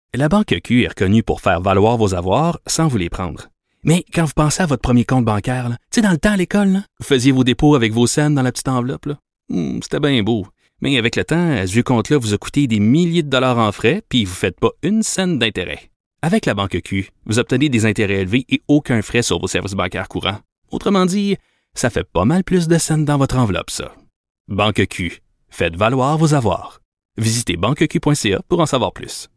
La Banque Q est reconnue pour faire valoir vos avoirs sans vous les prendre. Mais quand vous pensez à votre premier compte bancaire, tu sais, dans le temps à l'école, là, vous faisiez vos dépôts avec vos scènes dans la petite enveloppe. Là. C'était bien beau. Mais avec le temps, ce vieux compte-là vous a coûté des milliers de dollars en frais, puis vous ne faites pas une scène d'intérêt. Avec la Banque Q, vous obtenez des intérêts élevés et aucun frais sur vos services bancaires courants. Autrement dit, ça fait pas mal plus de scènes dans votre enveloppe, ça. Banque Q. Faites valoir vos avoirs. Visitez banqueq.ca pour en savoir plus.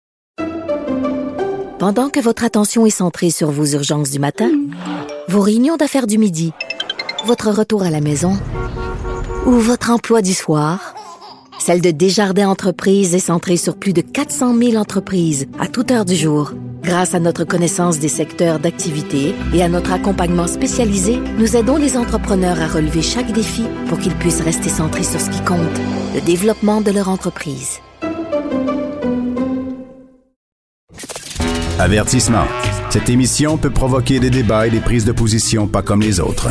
Pendant que votre attention est centrée sur vos urgences du matin, vos réunions d'affaires du midi, votre retour à la maison ou votre emploi du soir, celle de Desjardins Entreprises est centrée sur plus de 400 000 entreprises à toute heure du jour. Grâce à notre connaissance des secteurs d'activité et à notre accompagnement spécialisé, nous aidons les entrepreneurs à relever chaque défi pour qu'ils puissent rester centrés sur ce qui compte, le développement de leur entreprise. Avertissement. Cette émission peut provoquer des débats et des prises de position pas comme les autres.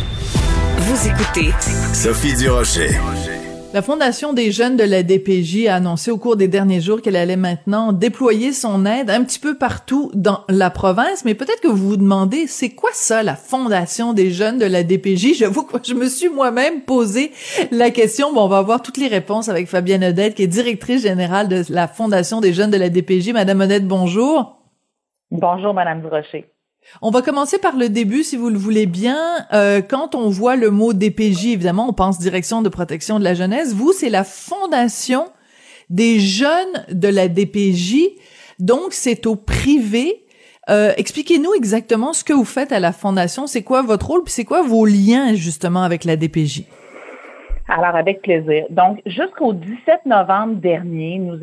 Vous écoutez Sophie Durocher. La Fondation des jeunes de la DPJ a annoncé au cours des derniers jours qu'elle allait maintenant déployer son aide un petit peu partout dans la province, mais peut-être que vous vous demandez, c'est quoi ça, la Fondation des jeunes de la DPJ? J'avoue que je me suis moi-même posé la question. Bon, on va avoir toutes les réponses avec Fabienne Odette, qui est directrice générale de la Fondation des jeunes de la DPJ. Madame Odette, bonjour. Bonjour, Madame Durocher. On va commencer par le début, si vous le voulez bien. Quand on voit le mot DPJ, évidemment, on pense Direction de protection de la jeunesse. Vous, c'est la Fondation des jeunes de la DPJ. Donc, c'est au privé. Expliquez-nous exactement ce que vous faites à la Fondation. C'est quoi votre rôle? Puis c'est quoi vos liens, justement, avec la DPJ? Alors, avec plaisir. Donc, jusqu'au 17 novembre dernier, nous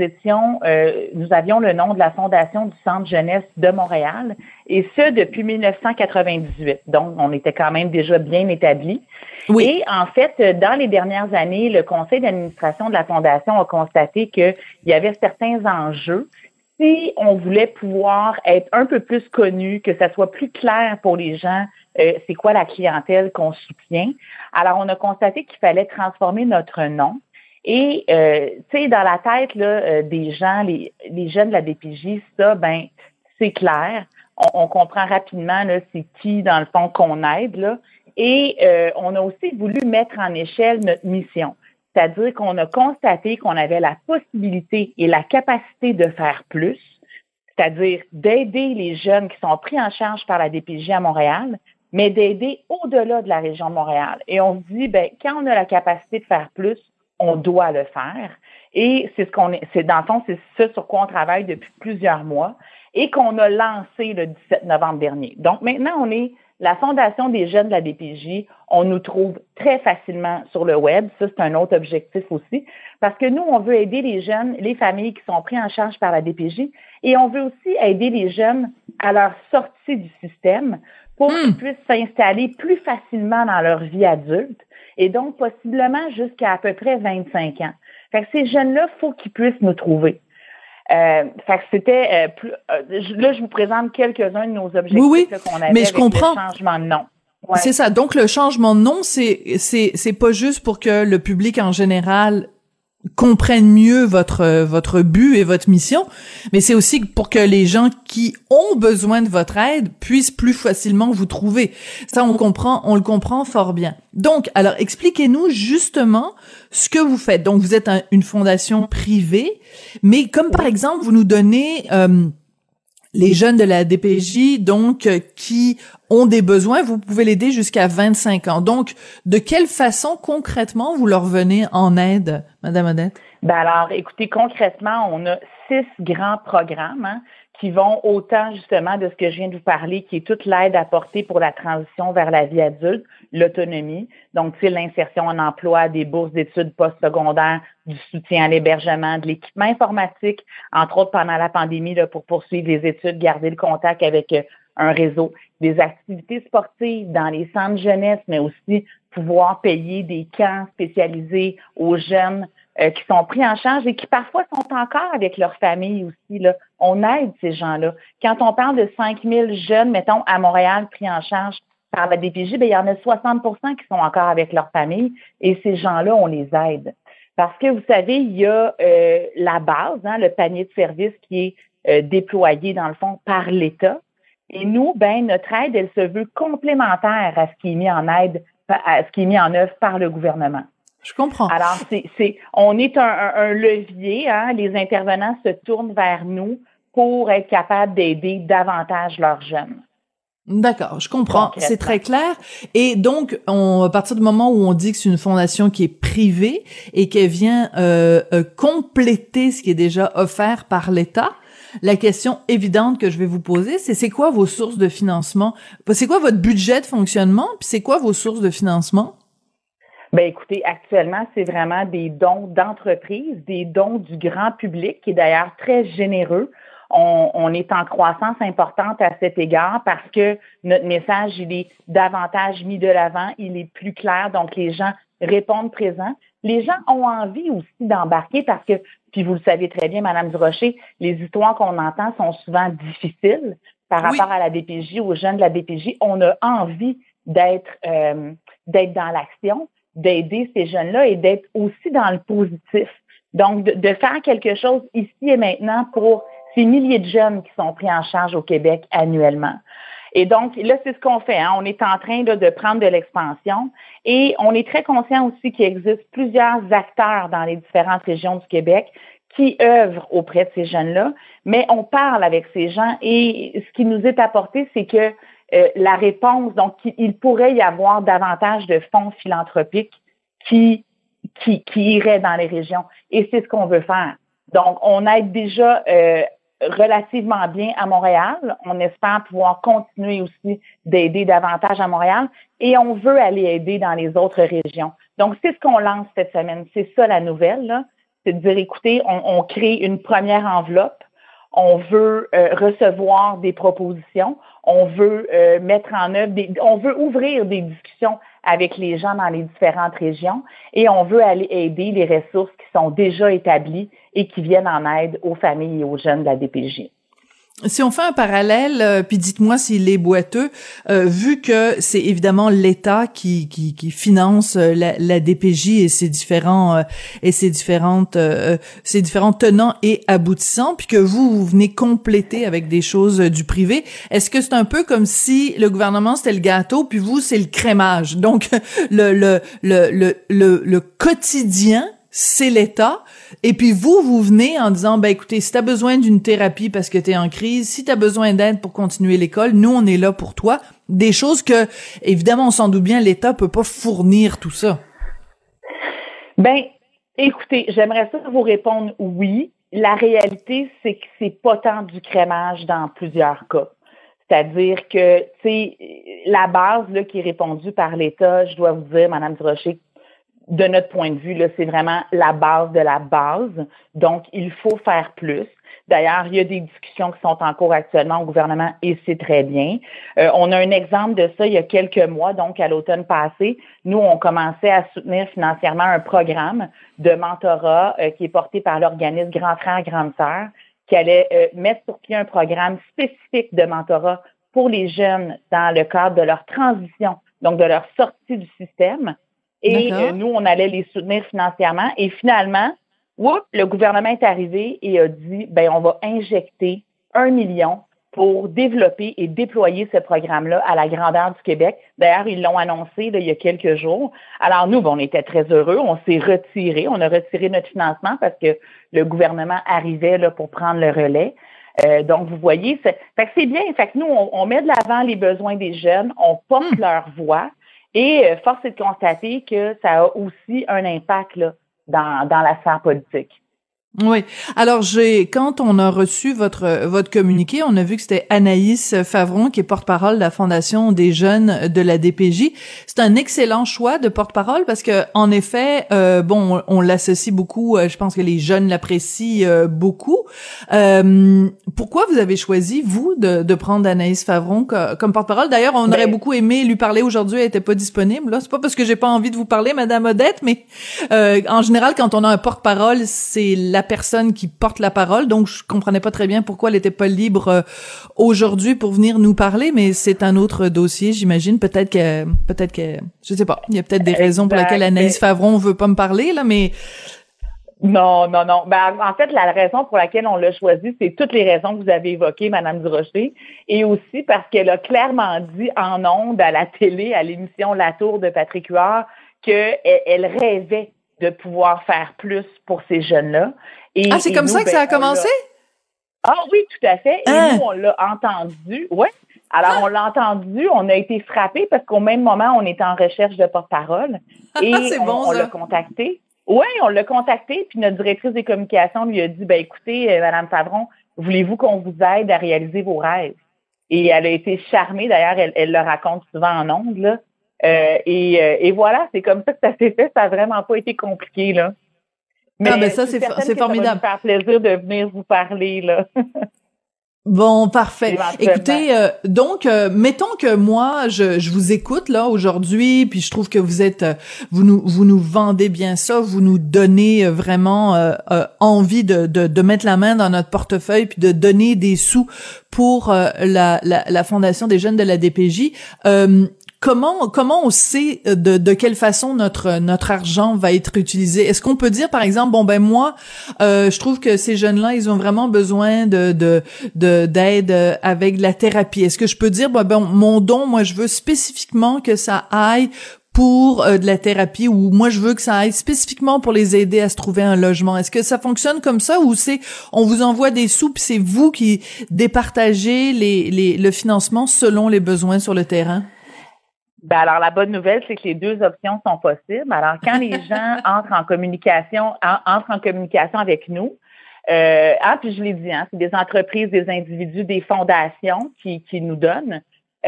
avions le nom de la Fondation du Centre Jeunesse de Montréal, et ce, depuis 1998. Donc, on était quand même déjà bien établis. Oui. Et en fait, dans les dernières années, le conseil d'administration de la Fondation a constaté qu'il y avait certains enjeux. Si on voulait pouvoir être un peu plus connu, que ça soit plus clair pour les gens, c'est quoi la clientèle qu'on soutient. Alors, on a constaté qu'il fallait transformer notre nom. Et, tu sais, dans la tête là, des gens, les jeunes de la DPJ, ça, ben, c'est clair. On comprend rapidement là, c'est qui, dans le fond, qu'on aide. Là. Et on a aussi voulu mettre en échelle notre mission. C'est-à-dire qu'on a constaté qu'on avait la possibilité et la capacité de faire plus, c'est-à-dire d'aider les jeunes qui sont pris en charge par la DPJ à Montréal, mais d'aider au-delà de la région de Montréal. Et on se dit, ben, quand on a la capacité de faire plus, on doit le faire. Et c'est dans le fond, c'est ce sur quoi on travaille depuis plusieurs mois et qu'on a lancé le 17 novembre dernier. Donc maintenant, on est la Fondation des jeunes de la DPJ. On nous trouve très facilement sur le web. Ça, c'est un autre objectif aussi. Parce que nous, on veut aider les jeunes, les familles qui sont pris en charge par la DPJ. Et on veut aussi aider les jeunes à leur sortie du système pour qu'ils puissent s'installer plus facilement dans leur vie adulte. Et donc, possiblement jusqu'à à peu près 25 ans. Fait que ces jeunes-là, faut qu'ils puissent nous trouver. Fait que c'était là, je vous présente quelques-uns de nos objectifs là, qu'on avait mais je avec comprends. le changement de nom. Ouais. C'est ça. Donc, le changement de nom, c'est pas juste pour que le public en général comprenne mieux votre but et votre mission, mais c'est aussi pour que les gens qui ont besoin de votre aide puissent plus facilement vous trouver. Ça, on le comprend fort bien. Donc, alors, expliquez-nous justement ce que vous faites. Donc, vous êtes une fondation privée, mais comme par exemple, vous nous donnez les jeunes de la DPJ, donc, qui ont des besoins, vous pouvez l'aider jusqu'à 25 ans. Donc, de quelle façon, concrètement, vous leur venez en aide, Madame Odette? Ben alors, écoutez, concrètement, on a 6 grands programmes qui vont autant, justement, de ce que je viens de vous parler, qui est toute l'aide apportée pour la transition vers la vie adulte, l'autonomie, donc, tu sais, l'insertion en emploi, des bourses d'études postsecondaires, du soutien à l'hébergement, de l'équipement informatique, entre autres pendant la pandémie, là, pour poursuivre les études, garder le contact avec un réseau, des activités sportives dans les centres jeunesse, mais aussi pouvoir payer des camps spécialisés aux jeunes qui sont pris en charge et qui parfois sont encore avec leur famille aussi. Là. On aide ces gens-là. Quand on parle de 5000 jeunes, mettons, à Montréal pris en charge par la DPJ, ben, il y en a 60% qui sont encore avec leur famille et ces gens-là, on les aide. Parce que, vous savez, il y a la base, le panier de services qui est déployés, dans le fond, par l'État. Et nous, notre aide, elle se veut complémentaire à ce qui est mis en œuvre par le gouvernement. Je comprends. Alors, on est un levier, hein, les intervenants se tournent vers nous pour être capables d'aider davantage leurs jeunes. D'accord, je comprends, c'est très clair. Et donc, à partir du moment où on dit que c'est une fondation qui est privée et qu'elle vient compléter ce qui est déjà offert par l'État, la question évidente que je vais vous poser, c'est quoi vos sources de financement? C'est quoi votre budget de fonctionnement? Puis c'est quoi vos sources de financement? Écoutez, actuellement, c'est vraiment des dons d'entreprises, des dons du grand public, qui est d'ailleurs très généreux. On est en croissance importante à cet égard parce que notre message, il est davantage mis de l'avant, il est plus clair, donc les gens répondent présents. Les gens ont envie aussi d'embarquer parce que, puis vous le savez très bien, Madame Durocher, les histoires qu'on entend sont souvent difficiles par rapport à la DPJ, aux jeunes de la DPJ. On a envie d'être dans l'action, d'aider ces jeunes-là et d'être aussi dans le positif. Donc, de faire quelque chose ici et maintenant pour ces milliers de jeunes qui sont pris en charge au Québec annuellement. Et donc, là, c'est ce qu'on fait. Hein. On est en train là, de prendre de l'expansion et on est très conscient aussi qu'il existe plusieurs acteurs dans les différentes régions du Québec qui œuvrent auprès de ces jeunes-là, mais on parle avec ces gens et ce qui nous est apporté, c'est que la réponse, donc il pourrait y avoir davantage de fonds philanthropiques qui iraient dans les régions et c'est ce qu'on veut faire. Donc, on aide déjà relativement bien à Montréal. On espère pouvoir continuer aussi d'aider davantage à Montréal et on veut aller aider dans les autres régions. Donc, c'est ce qu'on lance cette semaine. C'est ça la nouvelle, là. C'est de dire, écoutez, on crée une première enveloppe. On veut recevoir des propositions. On veut mettre en œuvre on veut ouvrir des discussions avec les gens dans les différentes régions et on veut aller aider les ressources qui sont déjà établies et qui viennent en aide aux familles et aux jeunes de la DPJ. Si on fait un parallèle, puis dites-moi s'il est boiteux, vu que c'est évidemment l'État qui finance la DPJ et ses différents tenants et aboutissants, puis que vous venez compléter avec des choses du privé, est-ce que c'est un peu comme si le gouvernement c'était le gâteau, puis vous c'est le crémage, donc le quotidien c'est l'État, et puis vous venez en disant, écoutez, si t'as besoin d'une thérapie parce que t'es en crise, si t'as besoin d'aide pour continuer l'école, nous, on est là pour toi. Des choses que, évidemment, on s'en doute bien, l'État peut pas fournir tout ça. Écoutez, j'aimerais ça vous répondre oui. La réalité, c'est que c'est pas tant du crémage dans plusieurs cas. C'est-à-dire que, tu sais, la base, là, qui est répondue par l'État, je dois vous dire, Madame Durocher, de notre point de vue, là, c'est vraiment la base de la base. Donc, il faut faire plus. D'ailleurs, il y a des discussions qui sont en cours actuellement au gouvernement et c'est très bien. On a un exemple de ça il y a quelques mois, donc à l'automne passé. Nous, on commençait à soutenir financièrement un programme de mentorat qui est porté par l'organisme Grand Frère, Grande Sœur, qui allait mettre sur pied un programme spécifique de mentorat pour les jeunes dans le cadre de leur transition, donc de leur sortie du système. Et nous, on allait les soutenir financièrement. Et finalement, le gouvernement est arrivé et a dit, on va injecter 1 million pour développer et déployer ce programme-là à la grandeur du Québec. D'ailleurs, ils l'ont annoncé là, il y a quelques jours. Alors nous, on était très heureux. On s'est retiré. On a retiré notre financement parce que le gouvernement arrivait là, pour prendre le relais. Donc, vous voyez, fait que c'est bien. Fait que nous, on met de l'avant les besoins des jeunes. On porte leur voix. Et force est de constater que ça a aussi un impact là, dans la sphère politique. Oui. Alors, quand on a reçu votre communiqué, on a vu que c'était Anaïs Favron qui est porte-parole de la Fondation des jeunes de la DPJ. C'est un excellent choix de porte-parole parce que, en effet, on l'associe beaucoup. Je pense que les jeunes l'apprécient beaucoup. Pourquoi vous avez choisi, vous, de prendre Anaïs Favron comme porte-parole? D'ailleurs, on aurait beaucoup aimé lui parler aujourd'hui. Elle était pas disponible. Là, c'est pas parce que j'ai pas envie de vous parler, Madame Odette, mais en général, quand on a un porte-parole, c'est la personne qui porte la parole, donc je comprenais pas très bien pourquoi elle était pas libre aujourd'hui pour venir nous parler, mais c'est un autre dossier, j'imagine. Peut-être que, je sais pas, il y a peut-être des raisons pour lesquelles Anaïs Favron veut pas me parler, là, mais... Non, non, non. Ben, en fait, la raison pour laquelle on l'a choisi, c'est toutes les raisons que vous avez évoquées, Madame Durocher, et aussi parce qu'elle a clairement dit en ondes, à la télé, à l'émission La Tour de Patrick Huard, qu'elle rêvait de pouvoir faire plus pour ces jeunes-là. C'est comme ça que ça a commencé? Ah oui, tout à fait. Et nous, on l'a entendu. Ouais. Alors, on l'a entendu, on a été frappés parce qu'au même moment, on était en recherche de porte-parole. Et on l'a contacté. Oui, on l'a contacté, puis notre directrice des communications lui a dit, écoutez, Madame Favron, voulez-vous qu'on vous aide à réaliser vos rêves? Et elle a été charmée, d'ailleurs, elle le raconte souvent en ondes, là. Et voilà, c'est comme ça que ça s'est fait, ça n'a vraiment pas été compliqué, là. Mais ça, c'est formidable. Ça va me faire plaisir de venir vous parler, là. Bon, parfait. Écoutez, donc, mettons que moi, je vous écoute là aujourd'hui, puis je trouve que vous nous vendez bien ça, vous nous donnez vraiment envie de mettre la main dans notre portefeuille puis de donner des sous pour la Fondation des jeunes de la DPJ. Comment on sait de quelle façon notre argent va être utilisé? Est-ce qu'on peut dire, par exemple, moi, je trouve que ces jeunes-là, ils ont vraiment besoin d'aide avec la thérapie. Est-ce que je peux dire, mon don, moi, je veux spécifiquement que ça aille pour de la thérapie, ou moi je veux que ça aille spécifiquement pour les aider à se trouver un logement? Est-ce que ça fonctionne comme ça, ou on vous envoie des sous puis c'est vous qui départagez le financement selon les besoins sur le terrain? Alors, la bonne nouvelle, c'est que les deux options sont possibles. Alors, quand les gens entrent en communication avec nous, puis je l'ai dit, c'est des entreprises, des individus, des fondations qui nous donnent.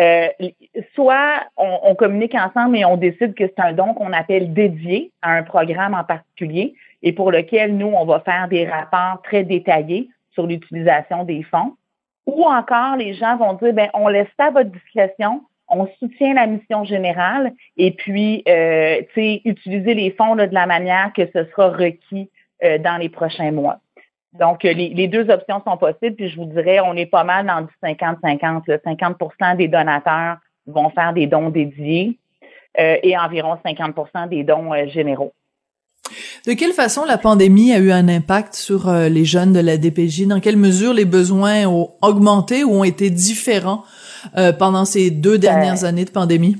Soit on communique ensemble et on décide que c'est un don qu'on appelle dédié à un programme en particulier et pour lequel nous, on va faire des rapports très détaillés sur l'utilisation des fonds. Ou encore, les gens vont dire, on laisse ça à votre discrétion. On soutient la mission générale et puis, utiliser les fonds là, de la manière que ce sera requis dans les prochains mois. Donc, les deux options sont possibles, puis je vous dirais, on est pas mal dans du 50-50. 50% des donateurs vont faire des dons dédiés et environ 50% des dons généraux. De quelle façon la pandémie a eu un impact sur les jeunes de la DPJ? Dans quelle mesure les besoins ont augmenté ou ont été différents pendant ces 2 dernières années de pandémie?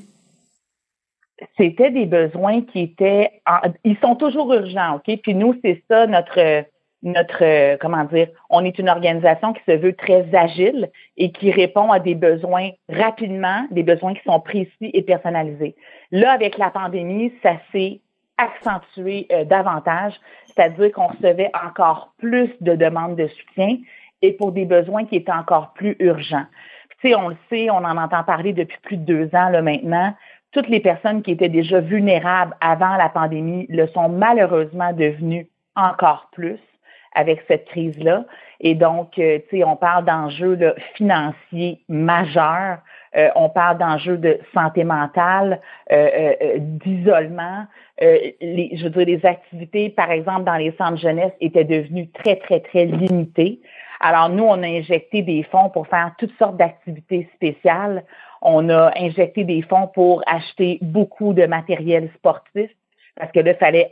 C'était des besoins qui étaient... ils sont toujours urgents, OK? Puis nous, c'est ça notre comment dire, on est une organisation qui se veut très agile et qui répond à des besoins rapidement, des besoins qui sont précis et personnalisés. Là, avec la pandémie, ça s'est accentué davantage, c'est-à-dire qu'on recevait encore plus de demandes de soutien et pour des besoins qui étaient encore plus urgents. Tu sais, on le sait, on en entend parler depuis plus de 2 ans là maintenant. Toutes les personnes qui étaient déjà vulnérables avant la pandémie le sont malheureusement devenues encore plus avec cette crise-là. Et donc, tu sais, on parle d'enjeux là, financiers majeurs, on parle d'enjeux de santé mentale, d'isolement. Je veux dire, les activités, par exemple, dans les centres jeunesse étaient devenues très, très, très limitées. Alors, nous, on a injecté des fonds pour faire toutes sortes d'activités spéciales. On a injecté des fonds pour acheter beaucoup de matériel sportif parce que là, fallait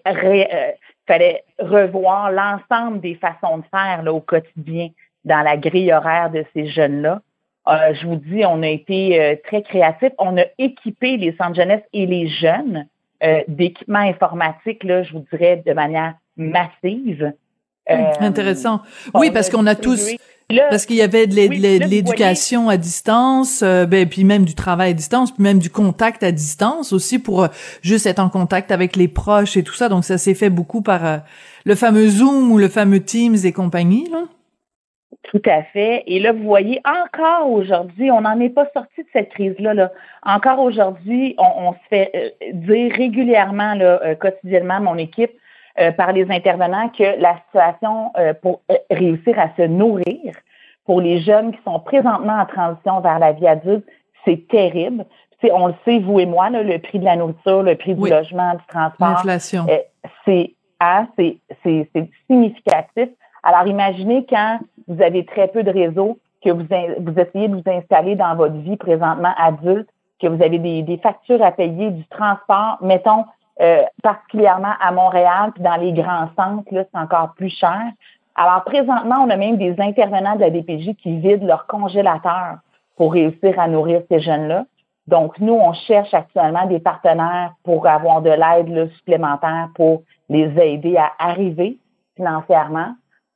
revoir l'ensemble des façons de faire là, au quotidien dans la grille horaire de ces jeunes-là. Je vous dis, on a été très créatifs. On a équipé les centres jeunesse et les jeunes d'équipements informatiques, là, je vous dirais, de manière massive. Intéressant. Oui, parce qu'on a tous... Parce qu'il y avait de l'éducation à distance, puis même du travail à distance, puis même du contact à distance aussi pour juste être en contact avec les proches et tout ça. Donc, ça s'est fait beaucoup par le fameux Zoom ou le fameux Teams et compagnie, là. Tout à fait. Et là, vous voyez, encore aujourd'hui, on n'en est pas sorti de cette crise-là. Là. Encore aujourd'hui, on se fait dire régulièrement, là, quotidiennement, mon équipe, par les intervenants, que la situation pour réussir à se nourrir pour les jeunes qui sont présentement en transition vers la vie adulte, c'est terrible. Tu sais, on le sait, vous et moi, là, le prix de la nourriture, le prix du logement, du transport, l'inflation. C'est significatif. Alors, imaginez quand vous avez très peu de réseaux, que vous essayez de vous installer dans votre vie présentement adulte, que vous avez des factures à payer, du transport, mettons, particulièrement à Montréal, puis dans les grands centres, là, c'est encore plus cher. Alors, présentement, on a même des intervenants de la DPJ qui vident leur congélateur pour réussir à nourrir ces jeunes-là. Donc, nous, on cherche actuellement des partenaires pour avoir de l'aide là, supplémentaire pour les aider à arriver financièrement.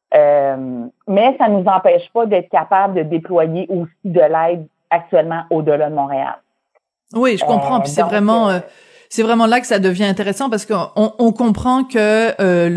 Mais ça ne nous empêche pas d'être capable de déployer aussi de l'aide actuellement au-delà de Montréal. Oui, je comprends. Puis c'est vraiment là que ça devient intéressant parce qu'on comprend que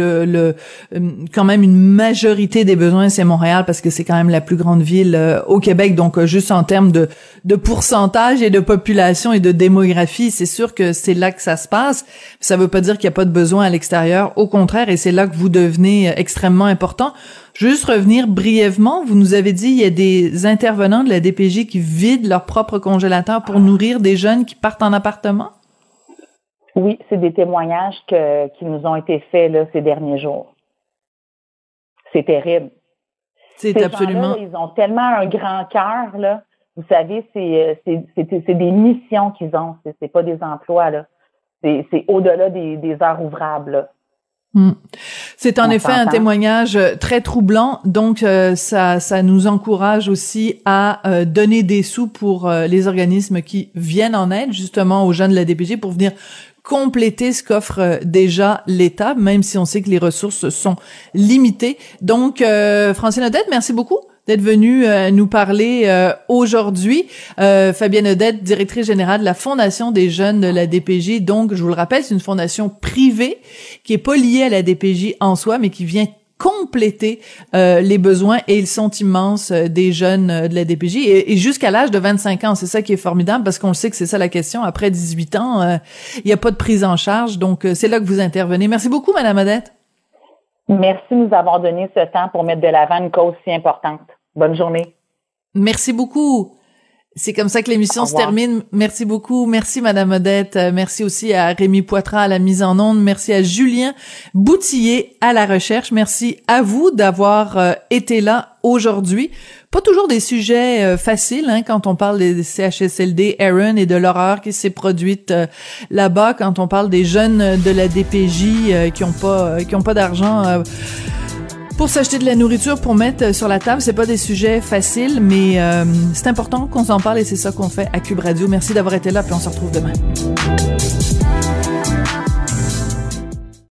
quand même une majorité des besoins c'est Montréal parce que c'est quand même la plus grande ville au Québec. Donc juste en termes de pourcentage et de population et de démographie, c'est sûr que c'est là que ça se passe. Ça veut pas dire qu'il y a pas de besoin à l'extérieur. Au contraire, et c'est là que vous devenez extrêmement important. Juste revenir brièvement, vous nous avez dit il y a des intervenants de la DPJ qui vident leur propre congélateur pour nourrir des jeunes qui partent en appartement? Oui, c'est des témoignages qui nous ont été faits là, ces derniers jours. C'est terrible. C'est absolument. Ils ont tellement un grand cœur, là. Vous savez, c'est des missions qu'ils ont. C'est pas des emplois, là. C'est au-delà des heures ouvrables, là. C'est en effet un témoignage très troublant, donc ça nous encourage aussi à donner des sous pour les organismes qui viennent en aide justement aux jeunes de la DPJ pour venir compléter ce qu'offre déjà l'État, même si on sait que les ressources sont limitées. Donc, Francine Odette, merci beaucoup d'être venue nous parler aujourd'hui. Fabienne Odette, directrice générale de la Fondation des jeunes de la DPJ. Donc, je vous le rappelle, c'est une fondation privée qui est pas liée à la DPJ en soi, mais qui vient compléter les besoins, et ils sont immenses des jeunes de la DPJ et jusqu'à l'âge de 25 ans. C'est ça qui est formidable parce qu'on le sait que c'est ça la question. Après 18 ans, il n'y a pas de prise en charge. Donc, c'est là que vous intervenez. Merci beaucoup, Madame Odette. Merci de nous avoir donné ce temps pour mettre de l'avant une cause si importante. Bonne journée. Merci beaucoup. C'est comme ça que l'émission se termine. Merci beaucoup. Merci, Madame Odette. Merci aussi à Rémi Poitras à la mise en onde. Merci à Julien Boutillier à la recherche. Merci à vous d'avoir été là aujourd'hui. Pas toujours des sujets faciles quand on parle des CHSLD, Aaron, et de l'horreur qui s'est produite là-bas, quand on parle des jeunes de la DPJ qui ont pas d'argent pour s'acheter de la nourriture pour mettre sur la table. C'est pas des sujets faciles, mais c'est important qu'on s'en parle et c'est ça qu'on fait à Cube Radio. Merci d'avoir été là, puis on se retrouve demain.